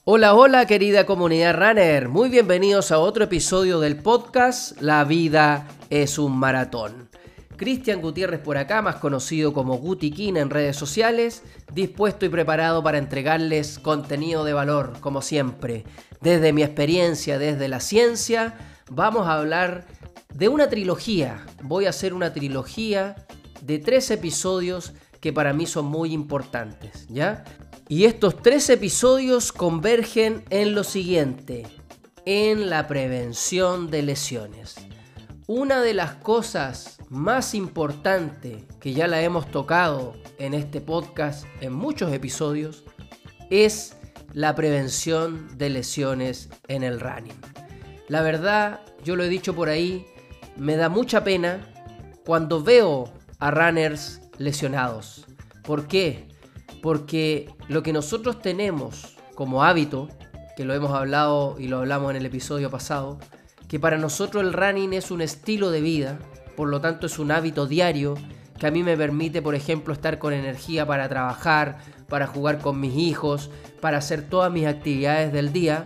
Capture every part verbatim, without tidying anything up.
Hola, hola querida comunidad runner, muy bienvenidos a otro episodio del podcast La vida es un maratón. Cristian Gutiérrez por acá, más conocido como Gutiquín en redes sociales, dispuesto y preparado para entregarles contenido de valor, como siempre. Desde mi experiencia, desde la ciencia, vamos a hablar de una trilogía. Voy a hacer una trilogía de tres episodios que para mí son muy importantes, ¿ya? Y estos tres episodios convergen en lo siguiente, en la prevención de lesiones. Una de las cosas más importantes que ya la hemos tocado en este podcast en muchos episodios es la prevención de lesiones en el running. La verdad, yo lo he dicho por ahí, me da mucha pena cuando veo a runners lesionados. ¿Por qué? Porque lo que nosotros tenemos como hábito, que lo hemos hablado y lo hablamos en el episodio pasado, que para nosotros el running es un estilo de vida, por lo tanto es un hábito diario que a mí me permite, por ejemplo, estar con energía para trabajar, para jugar con mis hijos, para hacer todas mis actividades del día.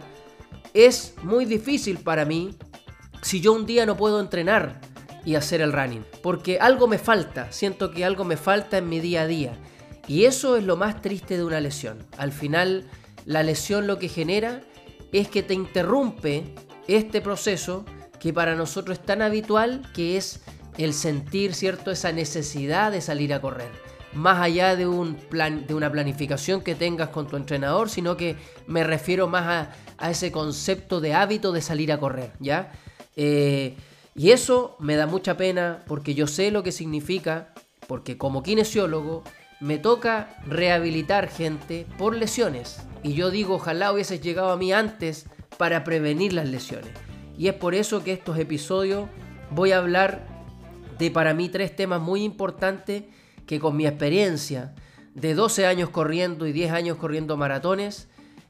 Es muy difícil para mí si yo un día no puedo entrenar y hacer el running, porque algo me falta, siento que algo me falta en mi día a día. Y eso es lo más triste de una lesión. Al final, la lesión lo que genera es que te interrumpe este proceso que para nosotros es tan habitual, que es el sentir, ¿cierto?, esa necesidad de salir a correr. Más allá de, un plan, de una planificación que tengas con tu entrenador, sino que me refiero más a, a ese concepto de hábito de salir a correr, ¿ya? Eh, y eso me da mucha pena porque yo sé lo que significa, porque como kinesiólogo me toca rehabilitar gente por lesiones. Y yo digo, ojalá hubieses llegado a mí antes para prevenir las lesiones. Y es por eso que estos episodios voy a hablar de, para mí, tres temas muy importantes que con mi experiencia de doce años corriendo y diez años corriendo maratones,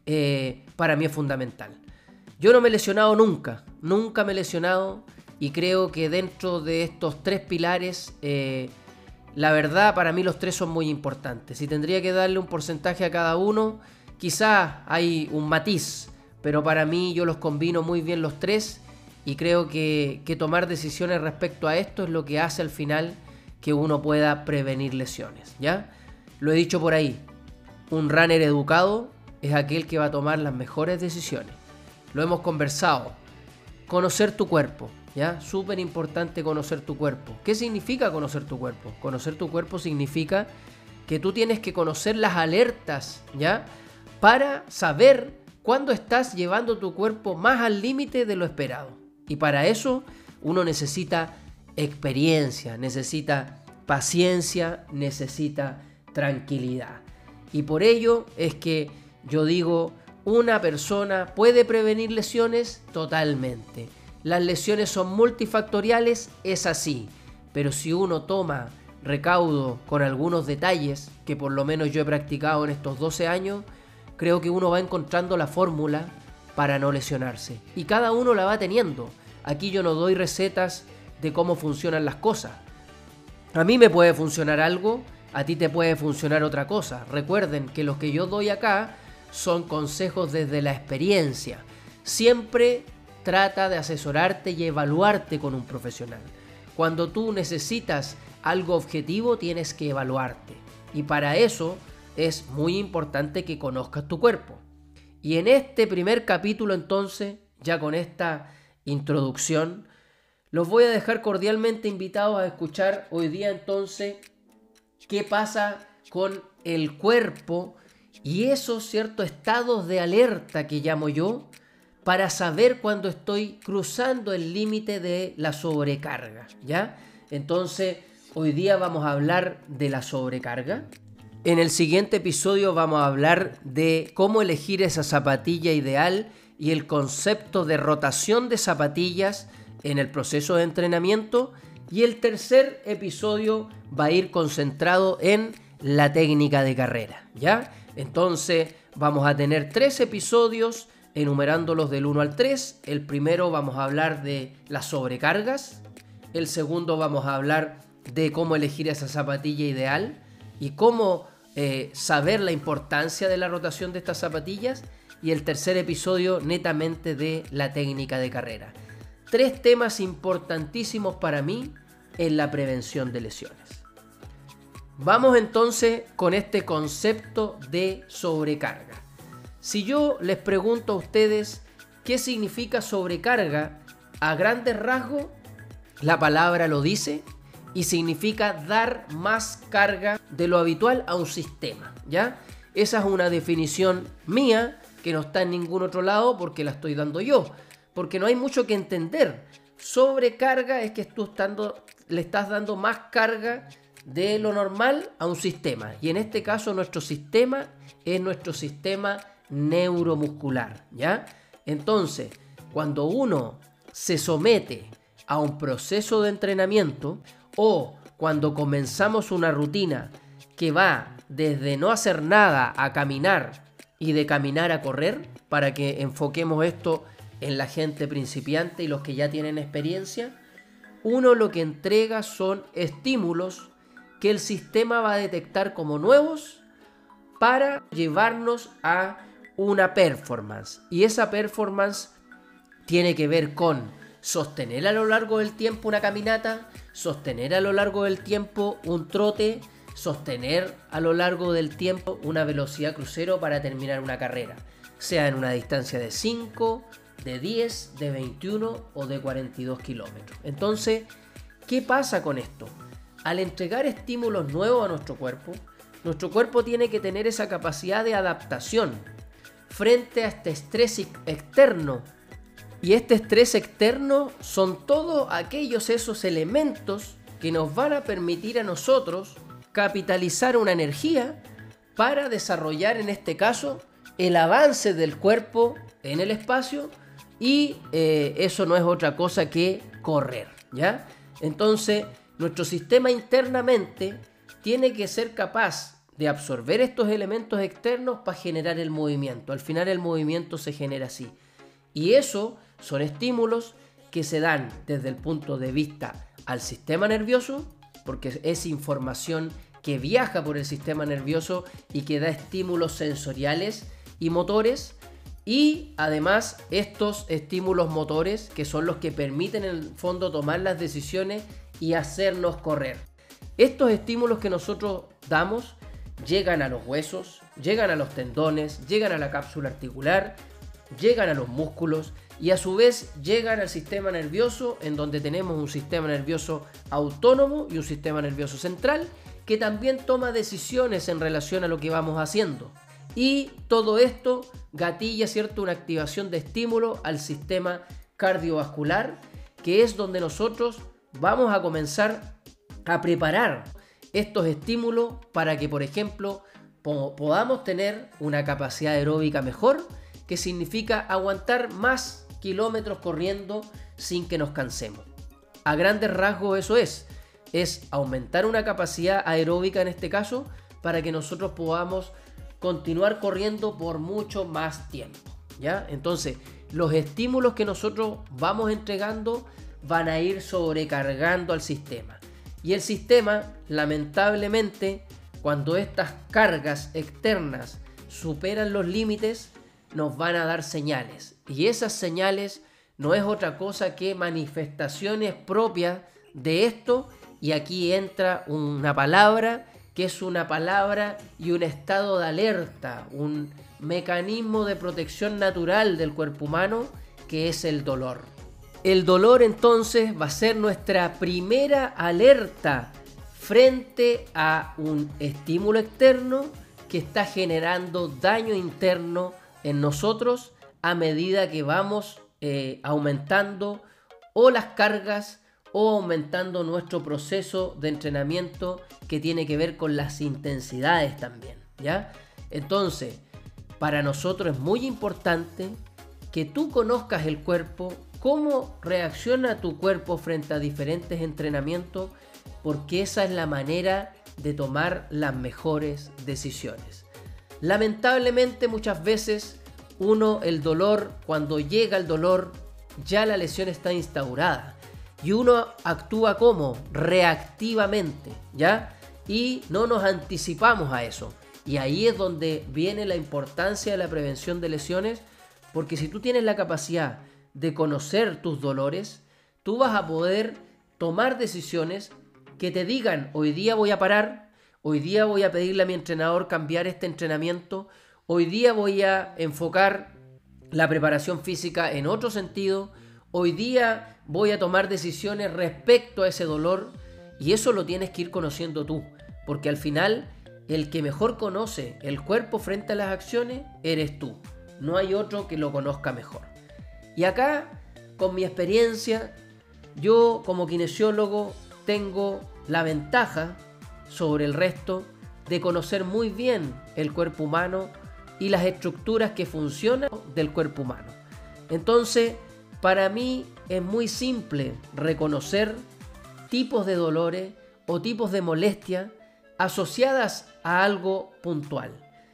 eh, para mí es fundamental. Yo no me he lesionado nunca, nunca me he lesionado, y creo que dentro de estos tres pilares, eh, la verdad, para mí los tres son muy importantes. Si tendría que darle un porcentaje a cada uno, quizás hay un matiz, pero para mí yo los combino muy bien los tres y creo que, que tomar decisiones respecto a esto es lo que hace al final que uno pueda prevenir lesiones, ¿ya? Lo he dicho por ahí, un runner educado es aquel que va a tomar las mejores decisiones. Lo hemos conversado. Conocer tu cuerpo. ¿Ya? Súper importante conocer tu cuerpo. ¿Qué significa conocer tu cuerpo? Conocer tu cuerpo significa que tú tienes que conocer las alertas, ¿ya? Para saber cuándo estás llevando tu cuerpo más al límite de lo esperado. Y para eso uno necesita experiencia, necesita paciencia, necesita tranquilidad. Y por ello es que yo digo, una persona puede prevenir lesiones totalmente. Las lesiones son multifactoriales, es así, pero si uno toma recaudo con algunos detalles, que por lo menos yo he practicado en estos doce años, creo que uno va encontrando la fórmula para no lesionarse. Y cada uno la va teniendo. Aquí yo no doy recetas de cómo funcionan las cosas. A mí me puede funcionar algo, a ti te puede funcionar otra cosa. Recuerden que los que yo doy acá son consejos desde la experiencia. Siempre trata de asesorarte y evaluarte con un profesional. Cuando tú necesitas algo objetivo, tienes que evaluarte. Y para eso es muy importante que conozcas tu cuerpo. Y en este primer capítulo, entonces, ya con esta introducción, los voy a dejar cordialmente invitados a escuchar hoy día, entonces, qué pasa con el cuerpo y esos ciertos estados de alerta que llamo yo, para saber cuándo estoy cruzando el límite de la sobrecarga, ¿ya? Entonces, hoy día vamos a hablar de la sobrecarga. En el siguiente episodio vamos a hablar de cómo elegir esa zapatilla ideal y el concepto de rotación de zapatillas en el proceso de entrenamiento. Y el tercer episodio va a ir concentrado en la técnica de carrera, ¿ya? Entonces, vamos a tener tres episodios enumerándolos del uno al tres. El primero vamos a hablar de las sobrecargas. El segundo vamos a hablar de cómo elegir esa zapatilla ideal y cómo eh, saber la importancia de la rotación de estas zapatillas. y el tercer episodio netamente de la técnica de carrera. Tres temas importantísimos para mí en la prevención de lesiones. Vamos entonces con este concepto de sobrecarga. Si yo les pregunto a ustedes qué significa sobrecarga, a grandes rasgos, la palabra lo dice y significa dar más carga de lo habitual a un sistema, ¿ya? Esa es una definición mía que no está en ningún otro lado porque la estoy dando yo, porque no hay mucho que entender. Sobrecarga es que tú estando, le estás dando más carga de lo normal a un sistema, y en este caso nuestro sistema es nuestro sistema neuromuscular, ¿ya? Entonces, cuando uno se somete a un proceso de entrenamiento o cuando comenzamos una rutina que va desde no hacer nada a caminar y de caminar a correr, para que enfoquemos esto en la gente principiante y los que ya tienen experiencia, uno lo que entrega son estímulos que el sistema va a detectar como nuevos para llevarnos a una performance. Y esa performance tiene que ver con sostener a lo largo del tiempo una caminata, sostener a lo largo del tiempo un trote, sostener a lo largo del tiempo una velocidad crucero para terminar una carrera, sea en una distancia de cinco, de diez, de veintiuno o de cuarenta y dos kilómetros. Entonces, ¿qué pasa con esto? Al entregar estímulos nuevos a nuestro cuerpo, nuestro cuerpo tiene que tener esa capacidad de adaptación frente a este estrés externo. Y este estrés externo son todos aquellos esos elementos que nos van a permitir a nosotros capitalizar una energía para desarrollar, en este caso, el avance del cuerpo en el espacio, y eh, eso no es otra cosa que correr, ¿ya? Entonces, nuestro sistema internamente tiene que ser capaz de absorber estos elementos externos para generar el movimiento. Al final el movimiento se genera así. Y eso son estímulos que se dan desde el punto de vista al sistema nervioso, porque es información que viaja por el sistema nervioso y que da estímulos sensoriales y motores, y además estos estímulos motores que son los que permiten en el fondo tomar las decisiones y hacernos correr. Estos estímulos que nosotros damos llegan a los huesos, llegan a los tendones, llegan a la cápsula articular, llegan a los músculos y a su vez llegan al sistema nervioso, en donde tenemos un sistema nervioso autónomo y un sistema nervioso central que también toma decisiones en relación a lo que vamos haciendo. Y todo esto gatilla, ¿cierto?, una activación de estímulo al sistema cardiovascular, que es donde nosotros vamos a comenzar a preparar estos estímulos para que, por ejemplo, po- podamos tener una capacidad aeróbica mejor, que significa aguantar más kilómetros corriendo sin que nos cansemos. A grandes rasgos eso es, es aumentar una capacidad aeróbica en este caso para que nosotros podamos continuar corriendo por mucho más tiempo, ¿ya? Entonces, los estímulos que nosotros vamos entregando van a ir sobrecargando al sistema. Y el sistema, lamentablemente, cuando estas cargas externas superan los límites, nos van a dar señales. Y esas señales no es otra cosa que manifestaciones propias de esto. Y aquí entra una palabra que es una palabra y un estado de alerta, un mecanismo de protección natural del cuerpo humano, que es el dolor. El dolor entonces va a ser nuestra primera alerta frente a un estímulo externo que está generando daño interno en nosotros a medida que vamos eh, aumentando o las cargas o aumentando nuestro proceso de entrenamiento, que tiene que ver con las intensidades también, ¿ya? Entonces, para nosotros es muy importante que tú conozcas el cuerpo, cómo reacciona tu cuerpo frente a diferentes entrenamientos, porque esa es la manera de tomar las mejores decisiones. Lamentablemente muchas veces uno, el dolor, cuando llega el dolor, ya la lesión está instaurada y uno actúa como reactivamente, ¿ya? Y no nos anticipamos a eso. Y ahí es donde viene la importancia de la prevención de lesiones, porque si tú tienes la capacidad de conocer tus dolores, tú vas a poder tomar decisiones que te digan, hoy día voy a parar, hoy día voy a pedirle a mi entrenador cambiar este entrenamiento, hoy día voy a enfocar la preparación física en otro sentido, hoy día voy a tomar decisiones respecto a ese dolor, y eso lo tienes que ir conociendo tú, porque al final el que mejor conoce el cuerpo frente a las acciones eres tú, no hay otro que lo conozca mejor. Y acá, con mi experiencia, yo como kinesiólogo tengo la ventaja sobre el resto de conocer muy bien el cuerpo humano y las estructuras que funcionan del cuerpo humano. Entonces, para mí es muy simple reconocer tipos de dolores o tipos de molestias asociadas a algo puntual.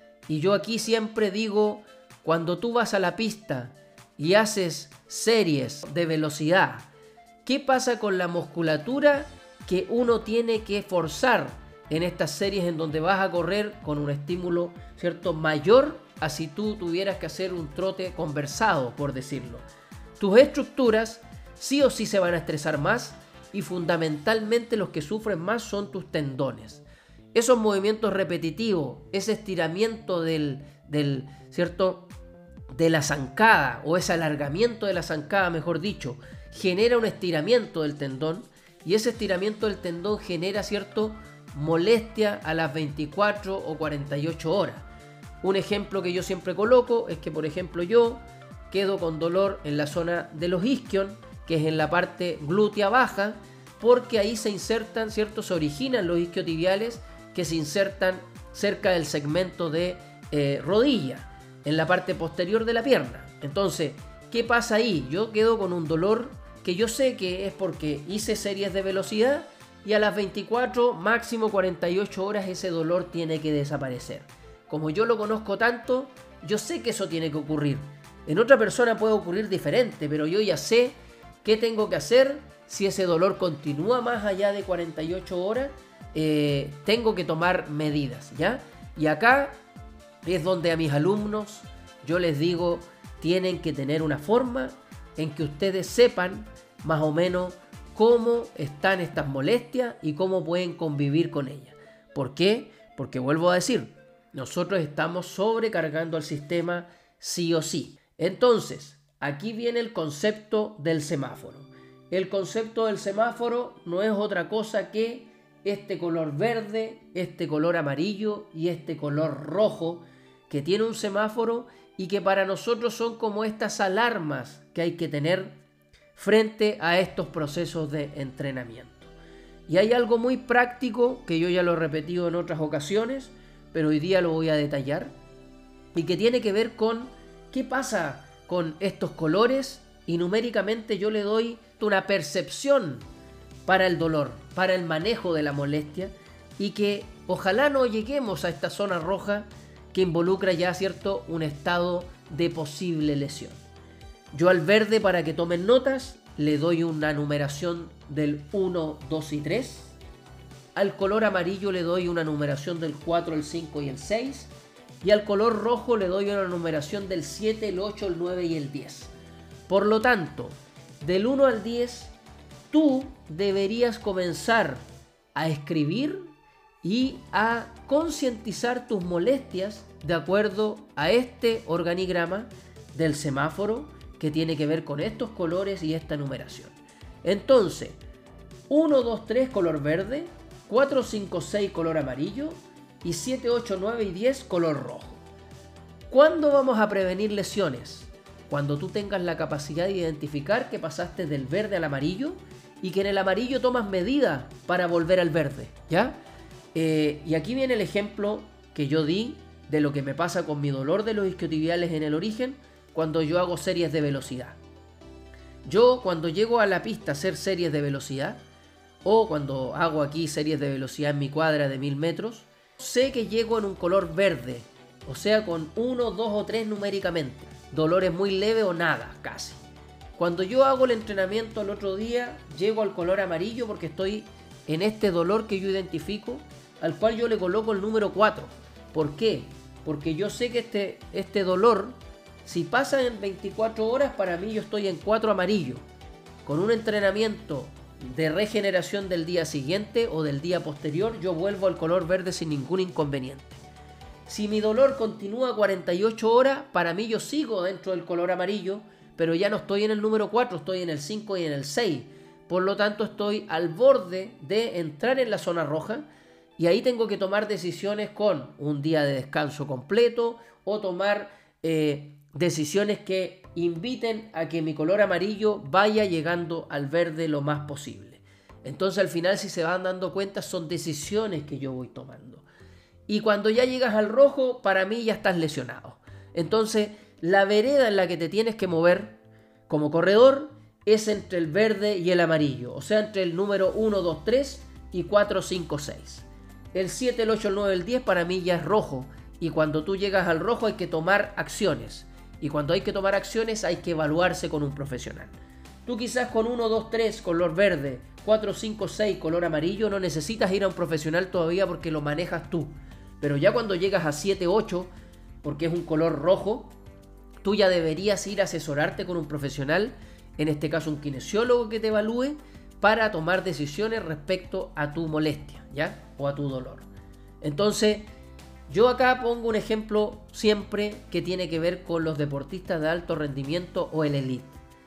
Y yo aquí siempre digo, cuando tú vas a la pista y haces series de velocidad, ¿qué pasa con la musculatura que uno tiene que forzar en estas series en donde vas a correr con un estímulo, ¿cierto?, mayor a si tú tuvieras que hacer un trote conversado, por decirlo? Tus estructuras sí o sí se van a estresar más, y fundamentalmente los que sufren más son tus tendones. Esos movimientos repetitivos, ese estiramiento del, del, ¿cierto?, de la zancada, o ese alargamiento de la zancada, mejor dicho, genera un estiramiento del tendón, y ese estiramiento del tendón genera, ¿cierto?, molestia a las veinticuatro o cuarenta y ocho horas. Un ejemplo que yo siempre coloco es que, por ejemplo, yo quedo con dolor en la zona de los isquion, que es en la parte glútea baja, porque ahí se insertan, ¿cierto?, se originan los isquiotibiales que se insertan cerca del segmento de eh, rodilla, en la parte posterior de la pierna. Entonces, ¿qué pasa ahí? Yo quedo con un dolor que yo sé que es porque hice series de velocidad, y a las veinticuatro, máximo cuarenta y ocho horas ese dolor tiene que desaparecer. Como yo lo conozco tanto, yo sé que eso tiene que ocurrir. En otra persona puede ocurrir diferente, pero yo ya sé qué tengo que hacer si ese dolor continúa más allá de cuarenta y ocho horas. Eh, tengo que tomar medidas, ¿ya? Y acá es donde a mis alumnos yo les digo, tienen que tener una forma en que ustedes sepan más o menos cómo están estas molestias y cómo pueden convivir con ellas. ¿Por qué? Porque vuelvo a decir, nosotros estamos sobrecargando al sistema sí o sí. Entonces, aquí viene el concepto del semáforo. El concepto del semáforo no es otra cosa que este color verde, este color amarillo y este color rojo que tiene un semáforo, y que para nosotros son como estas alarmas que hay que tener frente a estos procesos de entrenamiento. Y hay algo muy práctico que yo ya lo he repetido en otras ocasiones, pero hoy día lo voy a detallar, y que tiene que ver con qué pasa con estos colores, y numéricamente yo le doy una percepción para el dolor, para el manejo de la molestia, y que ojalá no lleguemos a esta zona roja que involucra ya, ¿cierto?, un estado de posible lesión. Yo al verde, para que tomen notas, le doy una numeración del uno, dos y tres. Al color amarillo le doy una numeración del cuatro, el cinco y el seis. Y al color rojo le doy una numeración del siete, el ocho, el nueve y el diez. Por lo tanto, del uno al diez, tú deberías comenzar a escribir y a concientizar tus molestias de acuerdo a este organigrama del semáforo, que tiene que ver con estos colores y esta numeración. Entonces, uno, dos, tres color verde, cuatro, cinco, seis color amarillo y siete, ocho, nueve y diez color rojo. ¿Cuándo vamos a prevenir lesiones? Cuando tú tengas la capacidad de identificar que pasaste del verde al amarillo y que en el amarillo tomas medidas para volver al verde, ¿ya? Eh, y aquí viene el ejemplo que yo di de lo que me pasa con mi dolor de los isquiotibiales en el origen cuando yo hago series de velocidad. Yo cuando llego a la pista a hacer series de velocidad, o cuando hago aquí series de velocidad en mi cuadra de mil metros, sé que llego en un color verde, o sea con uno, dos o tres numéricamente. Dolores muy leve o nada, casi. Cuando yo hago el entrenamiento el otro día, llego al color amarillo porque estoy en este dolor que yo identifico, al cual yo le coloco el número cuatro. ¿Por qué? Porque yo sé que este, este dolor, si pasa en veinticuatro horas, para mí yo estoy en cuatro amarillo. Con un entrenamiento de regeneración del día siguiente o del día posterior, yo vuelvo al color verde sin ningún inconveniente. Si mi dolor continúa cuarenta y ocho horas, para mí yo sigo dentro del color amarillo, pero ya no estoy en el número cuatro, estoy en el cinco y en el seis. Por lo tanto, estoy al borde de entrar en la zona roja y ahí tengo que tomar decisiones con un día de descanso completo o tomar eh, decisiones que inviten a que mi color amarillo vaya llegando al verde lo más posible. Entonces, al final, si se van dando cuenta, son decisiones que yo voy tomando. Y cuando ya llegas al rojo, para mí ya estás lesionado. Entonces, la vereda en la que te tienes que mover como corredor es entre el verde y el amarillo. O sea, entre el número uno, dos, tres y cuatro, cinco, seis. El siete, el ocho, el nueve, el diez para mí ya es rojo. Y cuando tú llegas al rojo hay que tomar acciones. Y cuando hay que tomar acciones hay que evaluarse con un profesional. Tú quizás con uno, dos, tres color verde, cuatro, cinco, seis color amarillo no necesitas ir a un profesional todavía porque lo manejas tú. Pero ya cuando llegas a siete, ocho, porque es un color rojo, tú ya deberías ir a asesorarte con un profesional, en este caso un kinesiólogo que te evalúe, para tomar decisiones respecto a tu molestia, ¿ya? O a tu dolor. Entonces, yo acá pongo un ejemplo siempre que tiene que ver con los deportistas de alto rendimiento o el elite.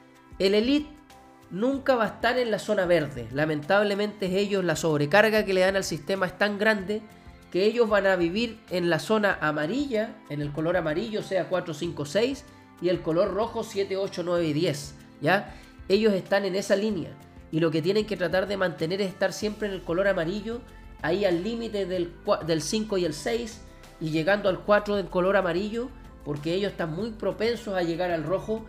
El elite nunca va a estar en la zona verde. Lamentablemente ellos, la sobrecarga que le dan al sistema es tan grande que ellos van a vivir en la zona amarilla, en el color amarillo, sea cuatro, cinco, seis, y el color rojo siete, ocho, nueve y diez, ¿ya? Ellos están en esa línea, y lo que tienen que tratar de mantener es estar siempre en el color amarillo, ahí al límite del, del cinco y el seis, y llegando al cuatro en color amarillo, porque ellos están muy propensos a llegar al rojo,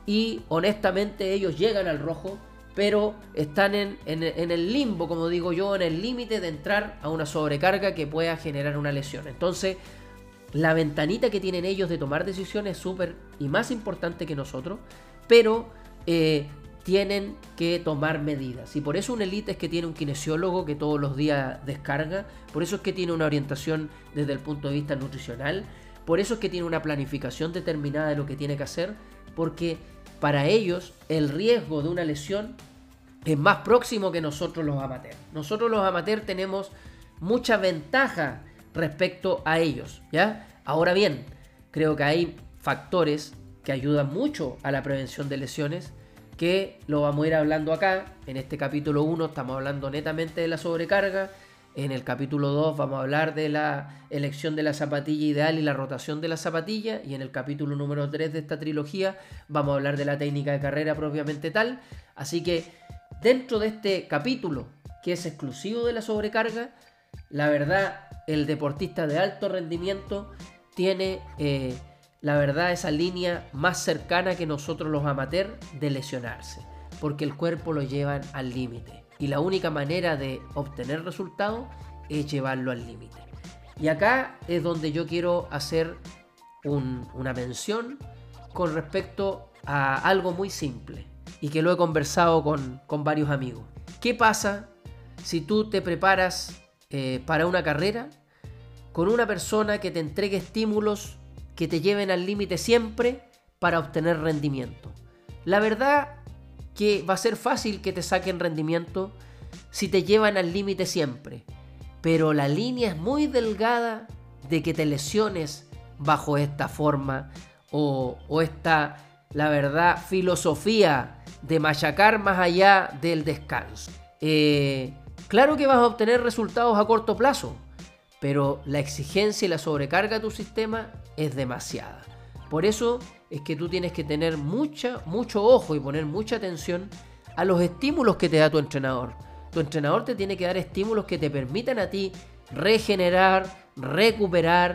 y honestamente ellos llegan al rojo, pero están en, en, en el limbo, como digo yo, en el límite de entrar a una sobrecarga que pueda generar una lesión. Entonces, la ventanita que tienen ellos de tomar decisiones es súper y más importante que nosotros, pero eh, tienen que tomar medidas. Y por eso un elite es que tiene un kinesiólogo que todos los días descarga, por eso es que tiene una orientación desde el punto de vista nutricional, por eso es que tiene una planificación determinada de lo que tiene que hacer, porque para ellos el riesgo de una lesión es más próximo que nosotros los amateurs. Nosotros los amateurs tenemos mucha ventaja respecto a ellos, ¿ya? Ahora bien, creo que hay factores que ayudan mucho a la prevención de lesiones, que lo vamos a ir hablando acá. En este capítulo uno estamos hablando netamente de la sobrecarga. En el capítulo dos vamos a hablar de la elección de la zapatilla ideal y la rotación de la zapatilla. Y en el capítulo número tres de esta trilogía vamos a hablar de la técnica de carrera propiamente tal. Así que dentro de este capítulo, que es exclusivo de la sobrecarga, la verdad, el deportista de alto rendimiento tiene, eh, la verdad, esa línea más cercana que nosotros los amateurs de lesionarse. Porque el cuerpo lo llevan al límite. Y la única manera de obtener resultados es llevarlo al límite. Y acá es donde yo quiero hacer un, una mención con respecto a algo muy simple y que lo he conversado con, con varios amigos. ¿Qué pasa si tú te preparas eh, para una carrera con una persona que te entregue estímulos que te lleven al límite siempre para obtener rendimiento? La verdad que va a ser fácil que te saquen rendimiento si te llevan al límite siempre, pero la línea es muy delgada de que te lesiones bajo esta forma o, o esta, la verdad, filosofía de machacar más allá del descanso. Eh, claro que vas a obtener resultados a corto plazo, pero la exigencia y la sobrecarga de tu sistema es demasiada. Por eso es que tú tienes que tener mucha, mucho ojo y poner mucha atención a los estímulos que te da tu entrenador. Tu entrenador te tiene que dar estímulos que te permitan a ti regenerar, recuperar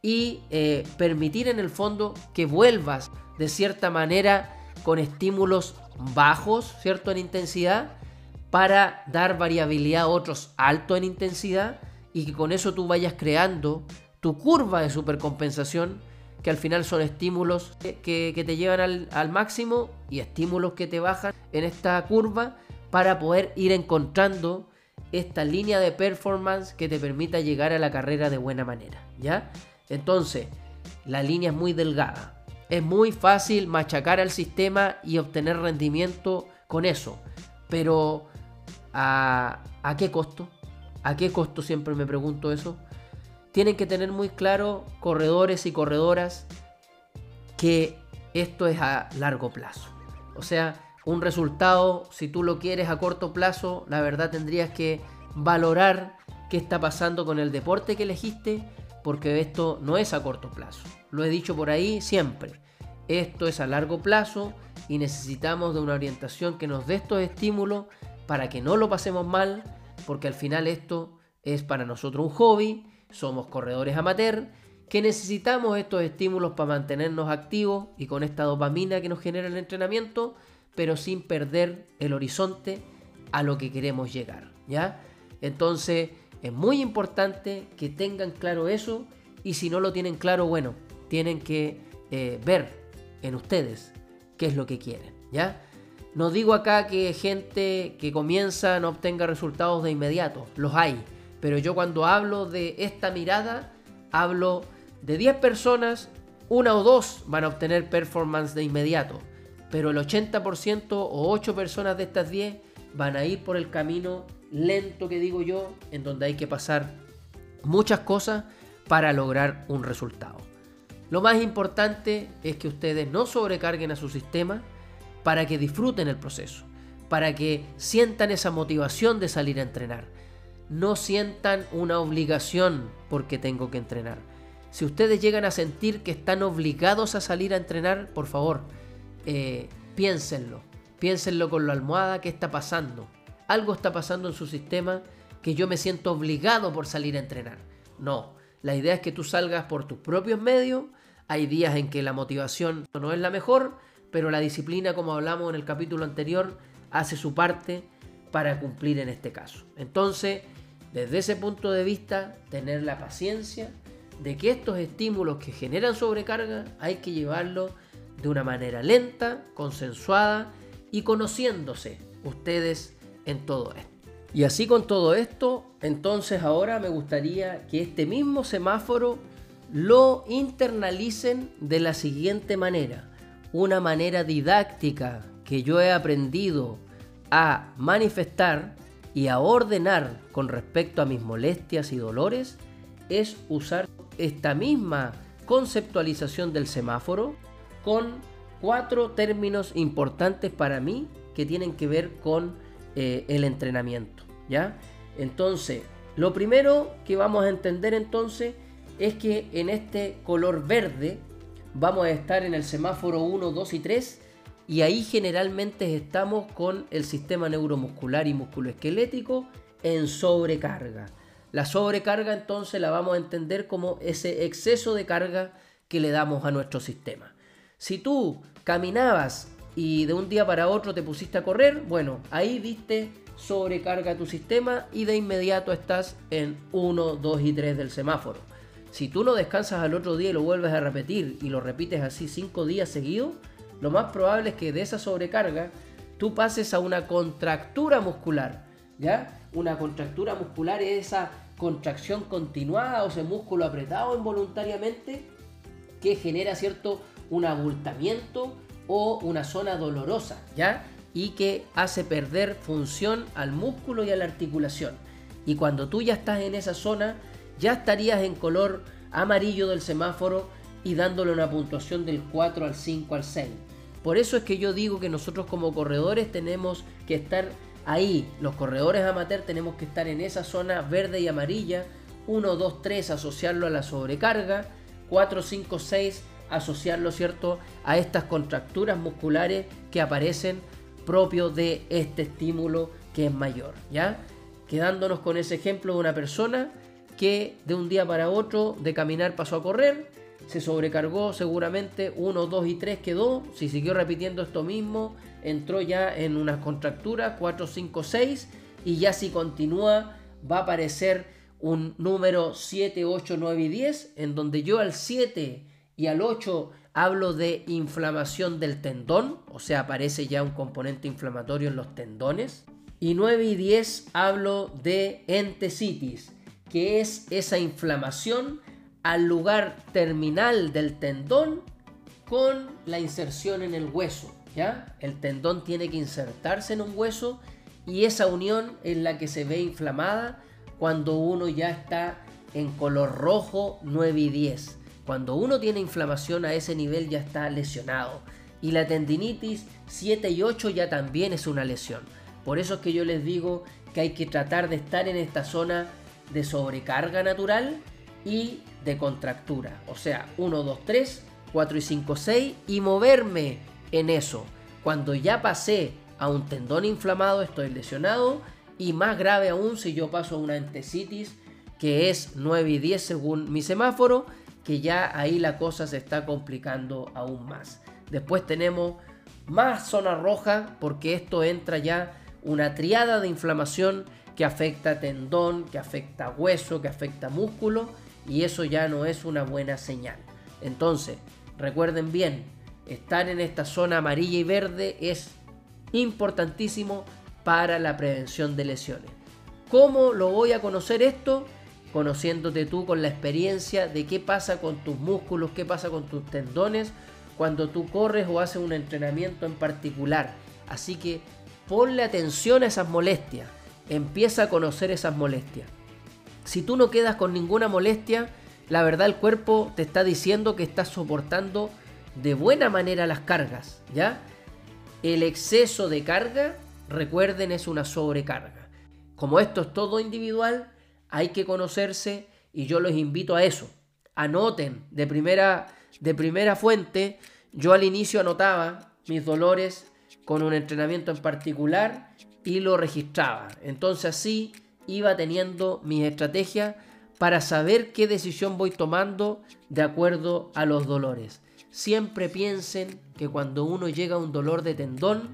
y eh, permitir en el fondo que vuelvas de cierta manera con estímulos bajos, ¿cierto?, en intensidad, para dar variabilidad a otros altos en intensidad y que con eso tú vayas creando tu curva de supercompensación, que al final son estímulos que, que te llevan al, al máximo y estímulos que te bajan en esta curva para poder ir encontrando esta línea de performance que te permita llegar a la carrera de buena manera, ¿ya? Entonces, la línea es muy delgada. Es muy fácil machacar al sistema y obtener rendimiento con eso. Pero, ¿a, ¿a qué costo? ¿A qué costo? Siempre me pregunto eso. Tienen que tener muy claro, corredores y corredoras, que esto es a largo plazo. O sea, un resultado, si tú lo quieres a corto plazo, la verdad tendrías que valorar qué está pasando con el deporte que elegiste, porque esto no es a corto plazo. Lo he dicho por ahí siempre. Esto es a largo plazo y necesitamos de una orientación que nos dé estos estímulos para que no lo pasemos mal, porque al final esto es para nosotros un hobby, somos corredores amateur, que necesitamos estos estímulos para mantenernos activos y con esta dopamina que nos genera el entrenamiento, pero sin perder el horizonte a lo que queremos llegar, ¿ya? Entonces es muy importante que tengan claro eso, y si no lo tienen claro, bueno, tienen que eh, ver en ustedes qué es lo que quieren, ¿ya? No digo acá que gente que comienza no obtenga resultados de inmediato, los hay, pero yo cuando hablo de esta mirada, hablo de diez personas, una o dos van a obtener performance de inmediato, pero el ochenta por ciento o ocho personas de estas diez van a ir por el camino lento que digo yo, en donde hay que pasar muchas cosas para lograr un resultado. Lo más importante es que ustedes no sobrecarguen a su sistema para que disfruten el proceso, para que sientan esa motivación de salir a entrenar. No sientan una obligación porque tengo que entrenar. Si ustedes llegan a sentir que están obligados a salir a entrenar, por favor, eh, piénsenlo. Piénsenlo con la almohada, ¿qué está pasando? Algo está pasando en su sistema que yo me siento obligado por salir a entrenar. No, la idea es que tú salgas por tus propios medios. Hay días en que la motivación no es la mejor, pero la disciplina, como hablamos en el capítulo anterior, hace su parte para cumplir en este caso. Entonces, desde ese punto de vista, tener la paciencia de que estos estímulos que generan sobrecarga hay que llevarlos de una manera lenta, consensuada y conociéndose ustedes en todo esto. Y así con todo esto, entonces ahora me gustaría que este mismo semáforo lo internalicen de la siguiente manera. Una manera didáctica que yo he aprendido a manifestar y a ordenar con respecto a mis molestias y dolores es usar esta misma conceptualización del semáforo con cuatro términos importantes para mí que tienen que ver con eh, el entrenamiento, ¿ya? Entonces, lo primero que vamos a entender entonces es que en este color verde vamos a estar en el semáforo uno, dos y tres, y ahí generalmente estamos con el sistema neuromuscular y musculoesquelético en sobrecarga. La sobrecarga entonces la vamos a entender como ese exceso de carga que le damos a nuestro sistema. Si tú caminabas y de un día para otro te pusiste a correr, bueno, ahí diste sobrecarga a tu sistema y de inmediato estás en uno, dos y tres del semáforo. Si tú no descansas al otro día y lo vuelves a repetir y lo repites así cinco días seguidos, lo más probable es que de esa sobrecarga tú pases a una contractura muscular, ¿ya? Una contractura muscular es esa contracción continuada o ese músculo apretado involuntariamente que genera, ¿cierto?, un abultamiento o una zona dolorosa, ¿ya? Y que hace perder función al músculo y a la articulación. Y cuando tú ya estás en esa zona, ya estarías en color amarillo del semáforo y dándole una puntuación del cuatro al cinco al seis. Por eso es que yo digo que nosotros como corredores tenemos que estar ahí. Los corredores amateur tenemos que estar en esa zona verde y amarilla. uno, dos, tres asociarlo a la sobrecarga. cuatro, cinco, seis asociarlo, ¿cierto?, a estas contracturas musculares que aparecen propio de este estímulo que es mayor, ¿ya? Quedándonos con ese ejemplo de una persona que de un día para otro de caminar pasó a correr, se sobrecargó seguramente, uno, dos y tres quedó, si siguió repitiendo esto mismo, entró ya en unas contracturas, cuatro, cinco, seis, y ya si continúa va a aparecer un número siete, ocho, nueve y diez, en donde yo al siete y al ocho hablo de inflamación del tendón, o sea, aparece ya un componente inflamatorio en los tendones. Y nueve y diez hablo de entesitis, que es esa inflamación al lugar terminal del tendón con la inserción en el hueso, ¿ya? El tendón tiene que insertarse en un hueso y esa unión es la que se ve inflamada cuando uno ya está en color rojo nueve y diez. Cuando uno tiene inflamación a ese nivel ya está lesionado. Y la tendinitis siete y ocho ya también es una lesión. Por eso es que yo les digo que hay que tratar de estar en esta zona de sobrecarga natural y de contractura. O sea, uno, dos, tres, cuatro y cinco, seis y moverme en eso. Cuando ya pasé a un tendón inflamado estoy lesionado y más grave aún si yo paso a una entesitis que es nueve y diez según mi semáforo, que ya ahí la cosa se está complicando aún más. Después tenemos más zona roja porque esto entra ya una triada de inflamación que afecta tendón, que afecta hueso, que afecta músculo y eso ya no es una buena señal. Entonces, recuerden bien, estar en esta zona amarilla y verde es importantísimo para la prevención de lesiones. ¿Cómo lo voy a conocer esto? Conociéndote tú con la experiencia de qué pasa con tus músculos, qué pasa con tus tendones cuando tú corres o haces un entrenamiento en particular. Así que ponle atención a esas molestias, empieza a conocer esas molestias. Si tú no quedas con ninguna molestia, la verdad el cuerpo te está diciendo que estás soportando de buena manera las cargas, ¿ya? El exceso de carga, recuerden, es una sobrecarga. Como esto es todo individual, hay que conocerse y yo los invito a eso. Anoten de primera, de primera fuente. Yo al inicio anotaba mis dolores con un entrenamiento en particular y lo registraba. Entonces así iba teniendo mis estrategias para saber qué decisión voy tomando de acuerdo a los dolores. Siempre piensen que cuando uno llega a un dolor de tendón,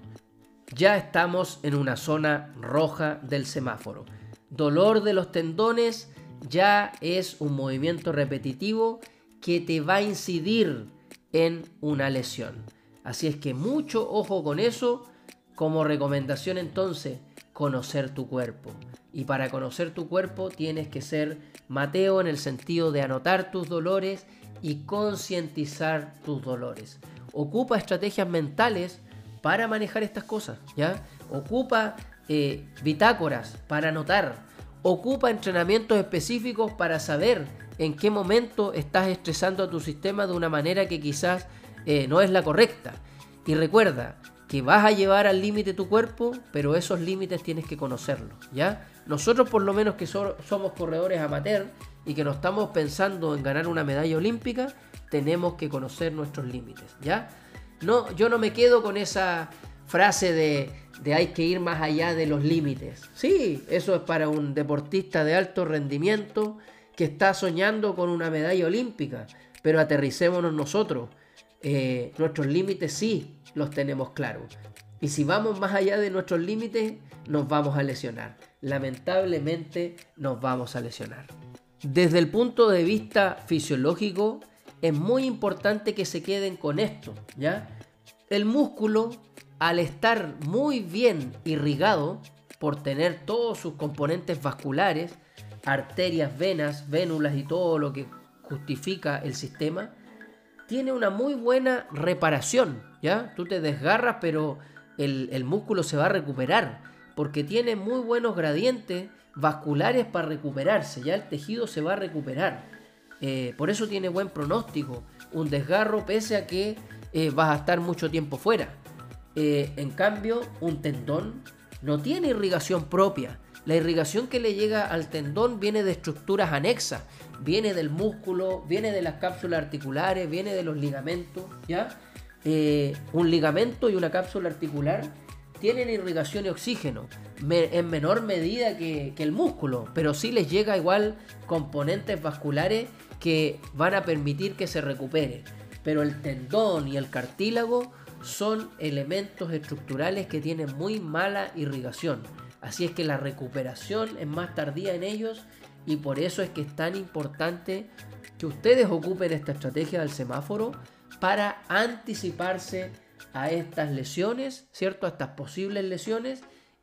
ya estamos en una zona roja del semáforo. Dolor de los tendones ya es un movimiento repetitivo que te va a incidir en una lesión. Así es que mucho ojo con eso. Como recomendación entonces, conocer tu cuerpo. Y para conocer tu cuerpo tienes que ser Mateo en el sentido de anotar tus dolores y concientizar tus dolores. Ocupa estrategias mentales para manejar estas cosas, ¿ya? Ocupa eh, bitácoras para anotar. Ocupa entrenamientos específicos para saber en qué momento estás estresando a tu sistema de una manera que quizás eh, no es la correcta. Y recuerda que vas a llevar al límite tu cuerpo, pero esos límites tienes que conocerlos, ¿ya? Nosotros por lo menos que so- somos corredores amateur y que no estamos pensando en ganar una medalla olímpica, tenemos que conocer nuestros límites, ¿ya? No, yo no me quedo con esa frase de, de hay que ir más allá de los límites. Sí, eso es para un deportista de alto rendimiento que está soñando con una medalla olímpica, pero aterricémonos nosotros. Eh, nuestros límites sí los tenemos claros. Y si vamos más allá de nuestros límites, nos vamos a lesionar. Lamentablemente nos vamos a lesionar. Desde el punto de vista fisiológico, es muy importante que se queden con esto, ¿ya? El músculo, al estar muy bien irrigado, por tener todos sus componentes vasculares, arterias, venas, vénulas y todo lo que justifica el sistema, tiene una muy buena reparación, ¿ya? Tú te desgarras, pero el, el músculo se va a recuperar, porque tiene muy buenos gradientes vasculares para recuperarse, ya el tejido se va a recuperar. Eh, por eso tiene buen pronóstico un desgarro pese a que eh, vas a estar mucho tiempo fuera. Eh, en cambio, un tendón no tiene irrigación propia. La irrigación que le llega al tendón viene de estructuras anexas, viene del músculo, viene de las cápsulas articulares, viene de los ligamentos, ¿ya? Eh, un ligamento y una cápsula articular tienen irrigación y oxígeno me, en menor medida que, que el músculo, pero sí les llega igual componentes vasculares que van a permitir que se recupere. Pero el tendón y el cartílago son elementos estructurales que tienen muy mala irrigación. Así es que la recuperación es más tardía en ellos y por eso es que es tan importante que ustedes ocupen esta estrategia del semáforo para anticiparse a estas lesiones, ¿cierto? A estas posibles lesiones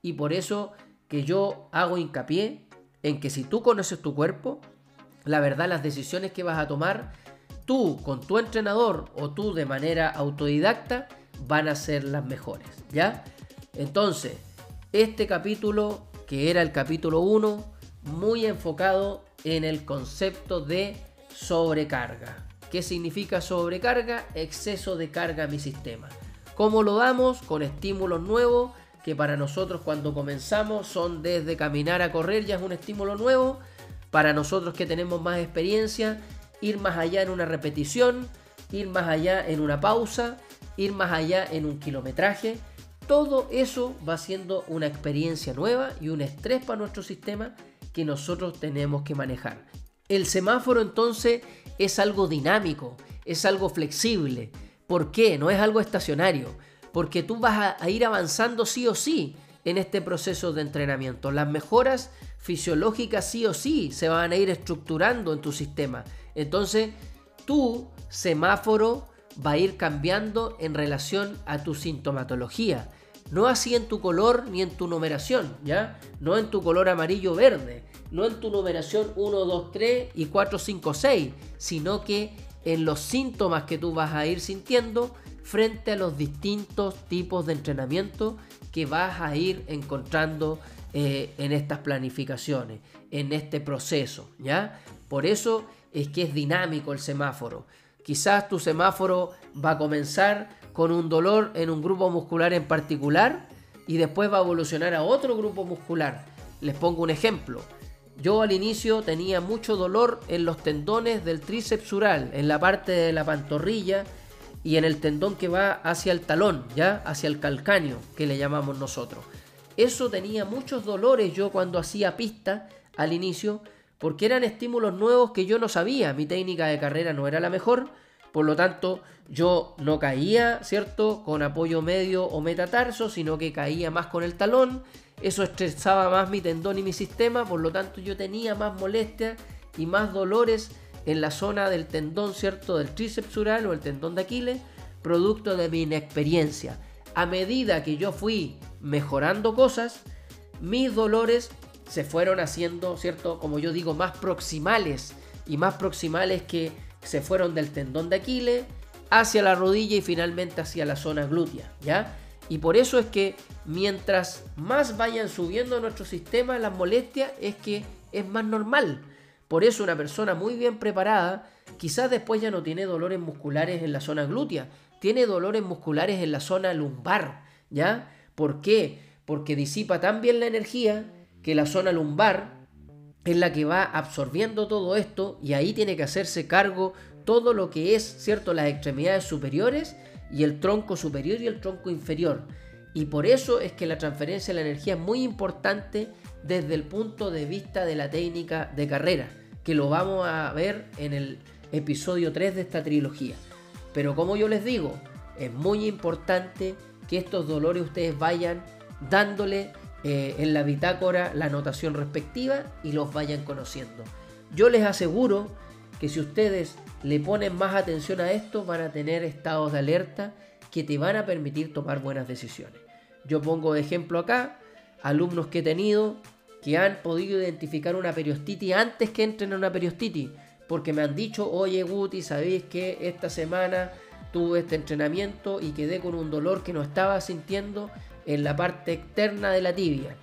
y por eso que yo hago hincapié en que si tú conoces tu cuerpo, la verdad las decisiones que vas a tomar, tú con tu entrenador o tú de manera autodidacta, van a ser las mejores, ¿ya? Entonces, este capítulo, que era el capítulo uno, muy enfocado en el concepto de sobrecarga. ¿Qué significa sobrecarga? Exceso de carga a mi sistema. ¿Cómo lo damos? Con estímulos nuevos, que para nosotros cuando comenzamos son desde caminar a correr, ya es un estímulo nuevo. Para nosotros que tenemos más experiencia, ir más allá en una repetición, ir más allá en una pausa, ir más allá en un kilometraje. Todo eso va siendo una experiencia nueva y un estrés para nuestro sistema que nosotros tenemos que manejar. El semáforo entonces es algo dinámico, es algo flexible. ¿Por qué? No es algo estacionario, porque tú vas a, a ir avanzando sí o sí en este proceso de entrenamiento. Las mejoras fisiológicas sí o sí se van a ir estructurando en tu sistema. Entonces, tu semáforo va a ir cambiando en relación a tu sintomatología. No así en tu color ni en tu numeración, ¿ya? No en tu color amarillo o verde, no en tu numeración uno, dos, tres y cuatro, cinco, seis, sino que en los síntomas que tú vas a ir sintiendo frente a los distintos tipos de entrenamiento que vas a ir encontrando eh, en estas planificaciones, en este proceso, ¿ya? Por eso es que es dinámico el semáforo. Quizás tu semáforo va a comenzar con un dolor en un grupo muscular en particular y después va a evolucionar a otro grupo muscular. Les pongo un ejemplo. Yo al inicio tenía mucho dolor en los tendones del tríceps sural, en la parte de la pantorrilla y en el tendón que va hacia el talón, ya hacia el calcáneo, que le llamamos nosotros. Eso tenía muchos dolores yo cuando hacía pista al inicio, porque eran estímulos nuevos que yo no sabía. Mi técnica de carrera no era la mejor, por lo tanto yo no caía, ¿cierto?, con apoyo medio o metatarso, sino que caía más con el talón. Eso estresaba más mi tendón y mi sistema, por lo tanto yo tenía más molestias y más dolores en la zona del tendón, ¿cierto?, del tríceps sural o el tendón de Aquiles, producto de mi inexperiencia. A medida que yo fui mejorando cosas, mis dolores se fueron haciendo, ¿cierto?, como yo digo, más proximales y más proximales que se fueron del tendón de Aquiles hacia la rodilla y finalmente hacia la zona glútea, ¿ya? Y por eso es que mientras más vayan subiendo a nuestro sistema las molestias, es que es más normal. Por eso una persona muy bien preparada quizás después ya no tiene dolores musculares en la zona glútea, tiene dolores musculares en la zona lumbar, ¿ya? ¿Por qué? Porque disipa tan bien la energía que la zona lumbar es la que va absorbiendo todo esto y ahí tiene que hacerse cargo todo lo que es, ¿cierto?, las extremidades superiores y el tronco superior y el tronco inferior. Y por eso es que la transferencia de la energía es muy importante desde el punto de vista de la técnica de carrera, que lo vamos a ver en el episodio tres de esta trilogía. Pero como yo les digo, es muy importante que estos dolores ustedes vayan dándole eh, en la bitácora la anotación respectiva y los vayan conociendo. Yo les aseguro que si ustedes le ponen más atención a esto, van a tener estados de alerta que te van a permitir tomar buenas decisiones. Yo pongo de ejemplo acá alumnos que he tenido que han podido identificar una periostitis antes que entren a una periostitis, porque me han dicho: oye Guti, ¿sabéis que esta semana tuve este entrenamiento y quedé con un dolor que no estaba sintiendo en la parte externa de la tibia?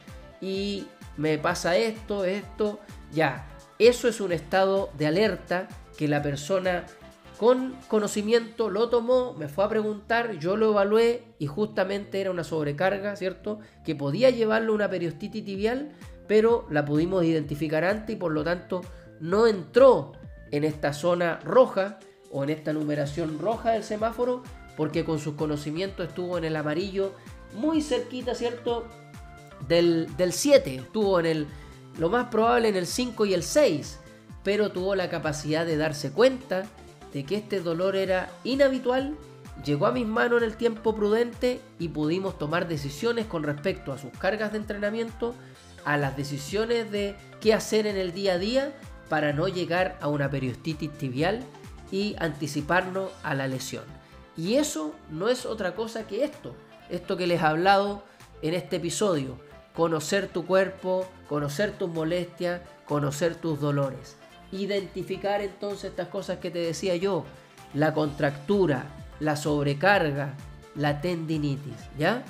Y me pasa esto, esto, ya. Eso es un estado de alerta que la persona con conocimiento lo tomó, me fue a preguntar, yo lo evalué y justamente era una sobrecarga, ¿cierto?, que podía llevarlo a una periostitis tibial, pero la pudimos identificar antes y por lo tanto no entró en esta zona roja o en esta numeración roja del semáforo, porque con sus conocimientos estuvo en el amarillo muy cerquita, ¿cierto?, del, del siete, estuvo en el, lo más probable en el cinco y el seis, pero tuvo la capacidad de darse cuenta de que este dolor era inhabitual, llegó a mis manos en el tiempo prudente y pudimos tomar decisiones con respecto a sus cargas de entrenamiento, a las decisiones de qué hacer en el día a día para no llegar a una periostitis tibial y anticiparnos a la lesión. Y eso no es otra cosa que esto, esto que les he hablado en este episodio, conocer tu cuerpo, conocer tus molestias, conocer tus dolores. Identificar entonces estas cosas que te decía yo, la contractura, la sobrecarga, la tendinitis, ¿ya?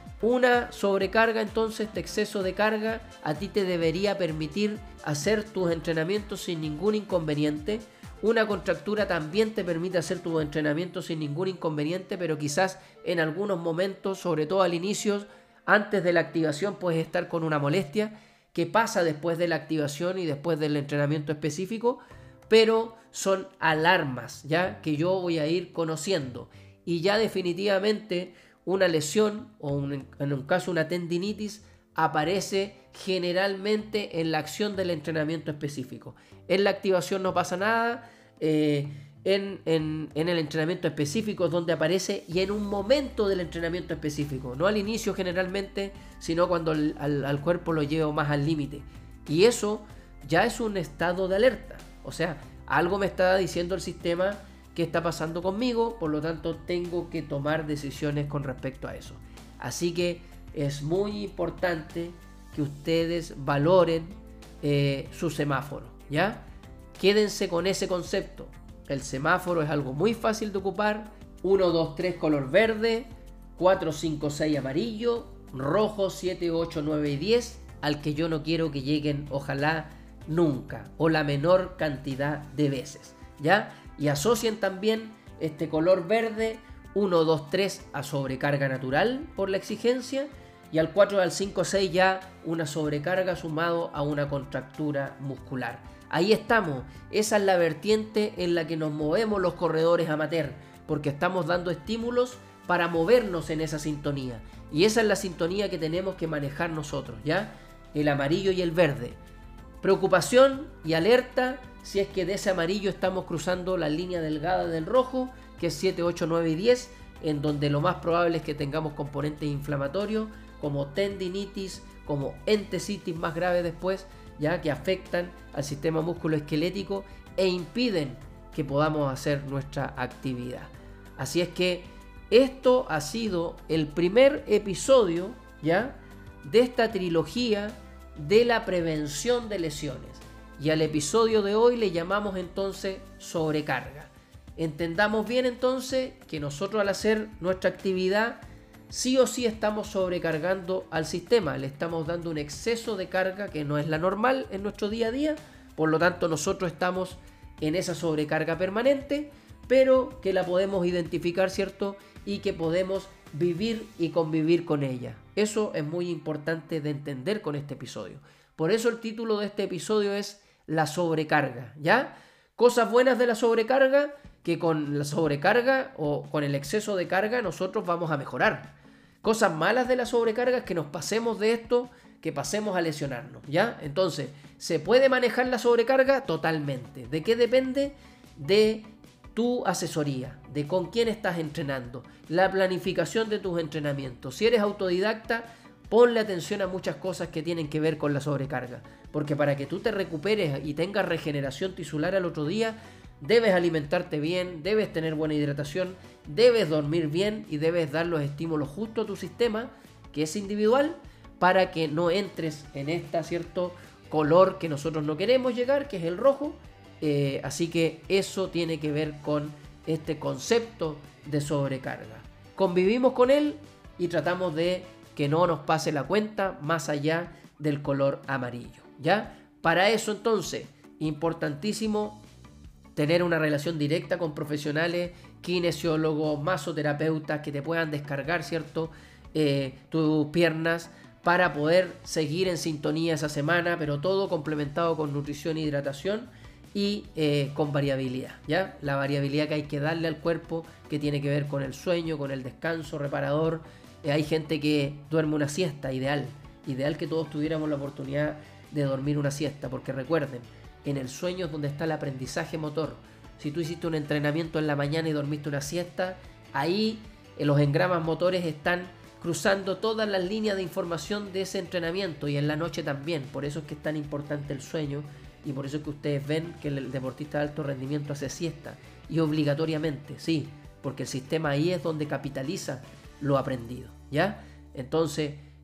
Una sobrecarga, entonces, este exceso de carga, a ti te debería permitir hacer tus entrenamientos sin ningún inconveniente. Una contractura también te permite hacer tus entrenamientos sin ningún inconveniente, pero quizás en algunos momentos, sobre todo al inicio, antes de la activación, puedes estar con una molestia que pasa después de la activación y después del entrenamiento específico, pero son alarmas, ¿ya? Que yo voy a ir conociendo. Y ya definitivamente una lesión o un, en un caso una tendinitis aparece generalmente en la acción del entrenamiento específico. En la activación no pasa nada, eh, en, en, en el entrenamiento específico es donde aparece y en un momento del entrenamiento específico, no al inicio generalmente, sino cuando al, al, al cuerpo lo llevo más al límite. Y eso ya es un estado de alerta, o sea, algo me está diciendo el sistema que está pasando conmigo, por lo tanto tengo que tomar decisiones con respecto a eso. Así que es muy importante que ustedes valoren eh, su semáforo, ¿ya? Quédense con ese concepto. El semáforo es algo muy fácil de ocupar. uno, dos, tres color verde, cuatro, cinco, seis amarillo, rojo siete, ocho, nueve y diez, al que yo no quiero que lleguen, ojalá nunca, o la menor cantidad de veces, ¿ya? Y asocien también este color verde uno, dos, tres a sobrecarga natural por la exigencia, y al cuatro, al cinco, seis ya una sobrecarga sumado a una contractura muscular. Ahí estamos, esa es la vertiente en la que nos movemos los corredores amateur, porque estamos dando estímulos para movernos en esa sintonía, y esa es la sintonía que tenemos que manejar nosotros, ¿ya? El amarillo y el verde. Preocupación y alerta si es que de ese amarillo estamos cruzando la línea delgada del rojo, que es siete, ocho, nueve y diez, en donde lo más probable es que tengamos componentes inflamatorios como tendinitis, como entesitis más grave después, ya que afectan al sistema musculoesquelético e impiden que podamos hacer nuestra actividad. Así es que esto ha sido el primer episodio, ¿ya?, de esta trilogía de la prevención de lesiones. Y al episodio de hoy le llamamos entonces sobrecarga. Entendamos bien entonces que nosotros al hacer nuestra actividad sí o sí estamos sobrecargando al sistema, le estamos dando un exceso de carga que no es la normal en nuestro día a día, por lo tanto nosotros estamos en esa sobrecarga permanente, pero que la podemos identificar, ¿cierto? Y que podemos vivir y convivir con ella. Eso es muy importante de entender con este episodio. Por eso el título de este episodio es la sobrecarga, ¿ya? Cosas buenas de la sobrecarga, que con la sobrecarga o con el exceso de carga nosotros vamos a mejorar. Cosas malas de la sobrecarga es que nos pasemos de esto, que pasemos a lesionarnos, ¿ya? Entonces, ¿se puede manejar la sobrecarga? Totalmente. ¿De qué depende? De tu asesoría, de con quién estás entrenando, la planificación de tus entrenamientos. Si eres autodidacta, ponle atención a muchas cosas que tienen que ver con la sobrecarga, porque para que tú te recuperes y tengas regeneración tisular al otro día, debes alimentarte bien, debes tener buena hidratación, debes dormir bien y debes dar los estímulos justos a tu sistema, que es individual, para que no entres en este cierto color que nosotros no queremos llegar, que es el rojo. Eh, así que eso tiene que ver con este concepto de sobrecarga. Convivimos con él y tratamos de que no nos pase la cuenta más allá del color amarillo, ¿ya? Para eso entonces, importantísimo tener una relación directa con profesionales, kinesiólogos, masoterapeutas que te puedan descargar, ¿cierto? Eh, tus piernas para poder seguir en sintonía esa semana, pero todo complementado con nutrición e hidratación y eh, con variabilidad, ¿ya? La variabilidad que hay que darle al cuerpo, que tiene que ver con el sueño, con el descanso reparador. Eh, hay gente que duerme una siesta, ideal, ideal que todos tuviéramos la oportunidad de dormir una siesta, porque recuerden, en el sueño es donde está el aprendizaje motor. Si tú hiciste un entrenamiento en la mañana y dormiste una siesta, ahí eh, los engramas motores están cruzando todas las líneas de información de ese entrenamiento, y en la noche también. Por eso es que es tan importante el sueño, y por eso es que ustedes ven que el deportista de alto rendimiento hace siesta, y obligatoriamente, sí, porque el sistema ahí es donde capitaliza lo aprendido, ¿ya? Entonces,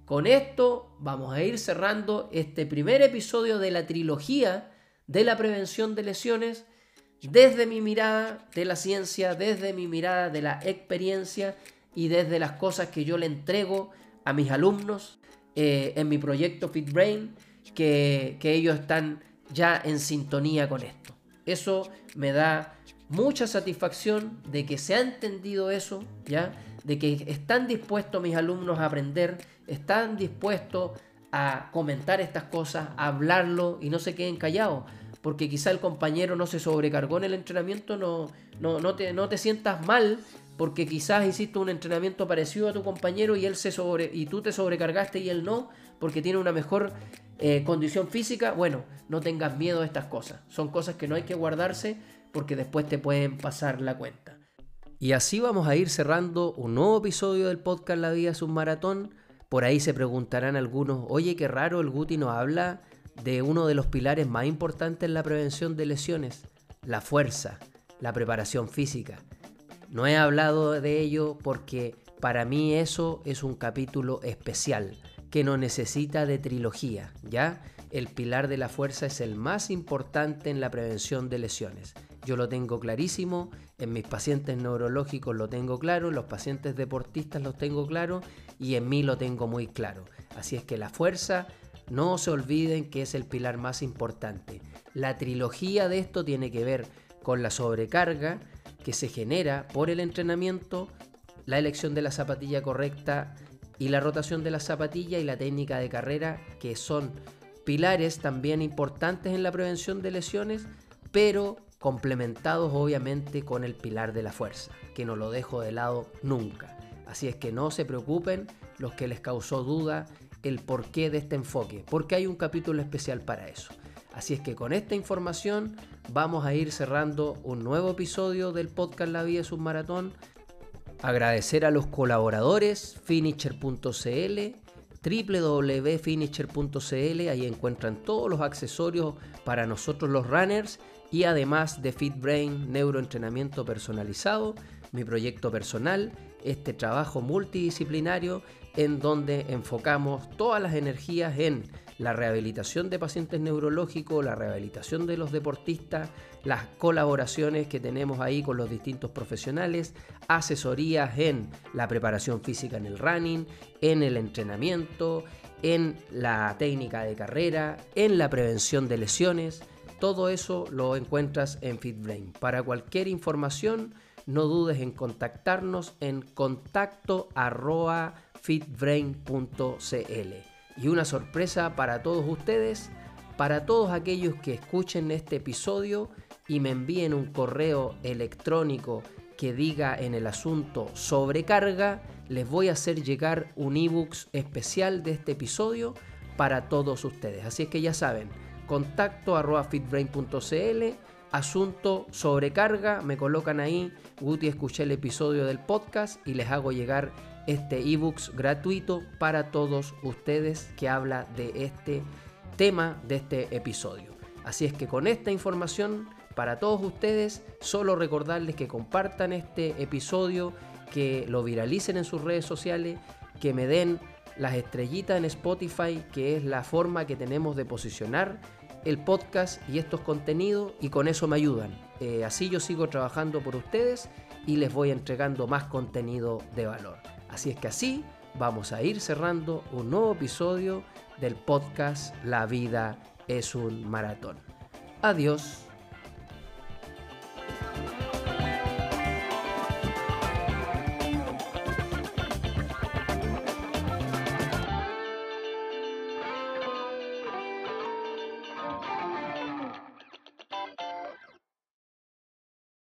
con esto vamos a ir cerrando este primer episodio de la trilogía de la prevención de lesiones desde mi mirada de la ciencia, desde mi mirada de la experiencia y desde las cosas que yo le entrego a mis alumnos eh, en mi proyecto FitBrain, que, que ellos están ya en sintonía con esto. Eso me da mucha satisfacción de que se ha entendido eso, ¿ya? De que están dispuestos mis alumnos a aprender, están dispuestos a comentar estas cosas, a hablarlo y no se queden callados. Porque quizá el compañero no se sobrecargó en el entrenamiento, no, no, no, te, no te sientas mal, porque quizás hiciste un entrenamiento parecido a tu compañero y, él se sobre, y tú te sobrecargaste y él no, porque tiene una mejor eh, condición física. Bueno, no tengas miedo a estas cosas. Son cosas que no hay que guardarse porque después te pueden pasar la cuenta. Y así vamos a ir cerrando un nuevo episodio del podcast La Vida es un Maratón. Por ahí se preguntarán algunos, oye, qué raro, el Guti nos habla de uno de los pilares más importantes en la prevención de lesiones, la fuerza, la preparación física. No he hablado de ello porque para mí eso es un capítulo especial, que no necesita de trilogía, ¿ya? El pilar de la fuerza es el más importante en la prevención de lesiones. Yo lo tengo clarísimo, en mis pacientes neurológicos lo tengo claro, en los pacientes deportistas lo tengo claro y en mí lo tengo muy claro. Así es que la fuerza, no se olviden que es el pilar más importante. La trilogía de esto tiene que ver con la sobrecarga que se genera por el entrenamiento, la elección de la zapatilla correcta y la rotación de la zapatilla y la técnica de carrera, que son pilares también importantes en la prevención de lesiones, pero complementados obviamente con el pilar de la fuerza, que no lo dejo de lado nunca. Así es que no se preocupen los que les causó duda el porqué de este enfoque, porque hay un capítulo especial para eso. Así es que con esta información vamos a ir cerrando un nuevo episodio del podcast La Vida es un Maratón. Agradecer a los colaboradores finisher punto c l, doble u doble u doble u punto finisher punto c l, ahí encuentran todos los accesorios para nosotros los runners y además de FitBrain, neuroentrenamiento personalizado, mi proyecto personal, este trabajo multidisciplinario en donde enfocamos todas las energías en la rehabilitación de pacientes neurológicos, la rehabilitación de los deportistas, las colaboraciones que tenemos ahí con los distintos profesionales, asesorías en la preparación física en el running, en el entrenamiento, en la técnica de carrera, en la prevención de lesiones. Todo eso lo encuentras en FitBrain. Para cualquier información, no dudes en contactarnos en contacto arroba fitbrain punto c l. Y una sorpresa para todos ustedes, para todos aquellos que escuchen este episodio y me envíen un correo electrónico que diga en el asunto sobrecarga, les voy a hacer llegar un ebook especial de este episodio para todos ustedes. Así es que ya saben, contacto arroba fitbrain punto c l, asunto sobrecarga, me colocan ahí, Guti, escuché el episodio del podcast y les hago llegar este ebook gratuito para todos ustedes que habla de este tema, de este episodio. Así es que con esta información para todos ustedes, solo recordarles que compartan este episodio, que lo viralicen en sus redes sociales, que me den las estrellitas en Spotify, que es la forma que tenemos de posicionar el podcast y estos contenidos, y con eso me ayudan. Eh, así yo sigo trabajando por ustedes y les voy entregando más contenido de valor. Así es que así vamos a ir cerrando un nuevo episodio del podcast La Vida es un Maratón. Adiós.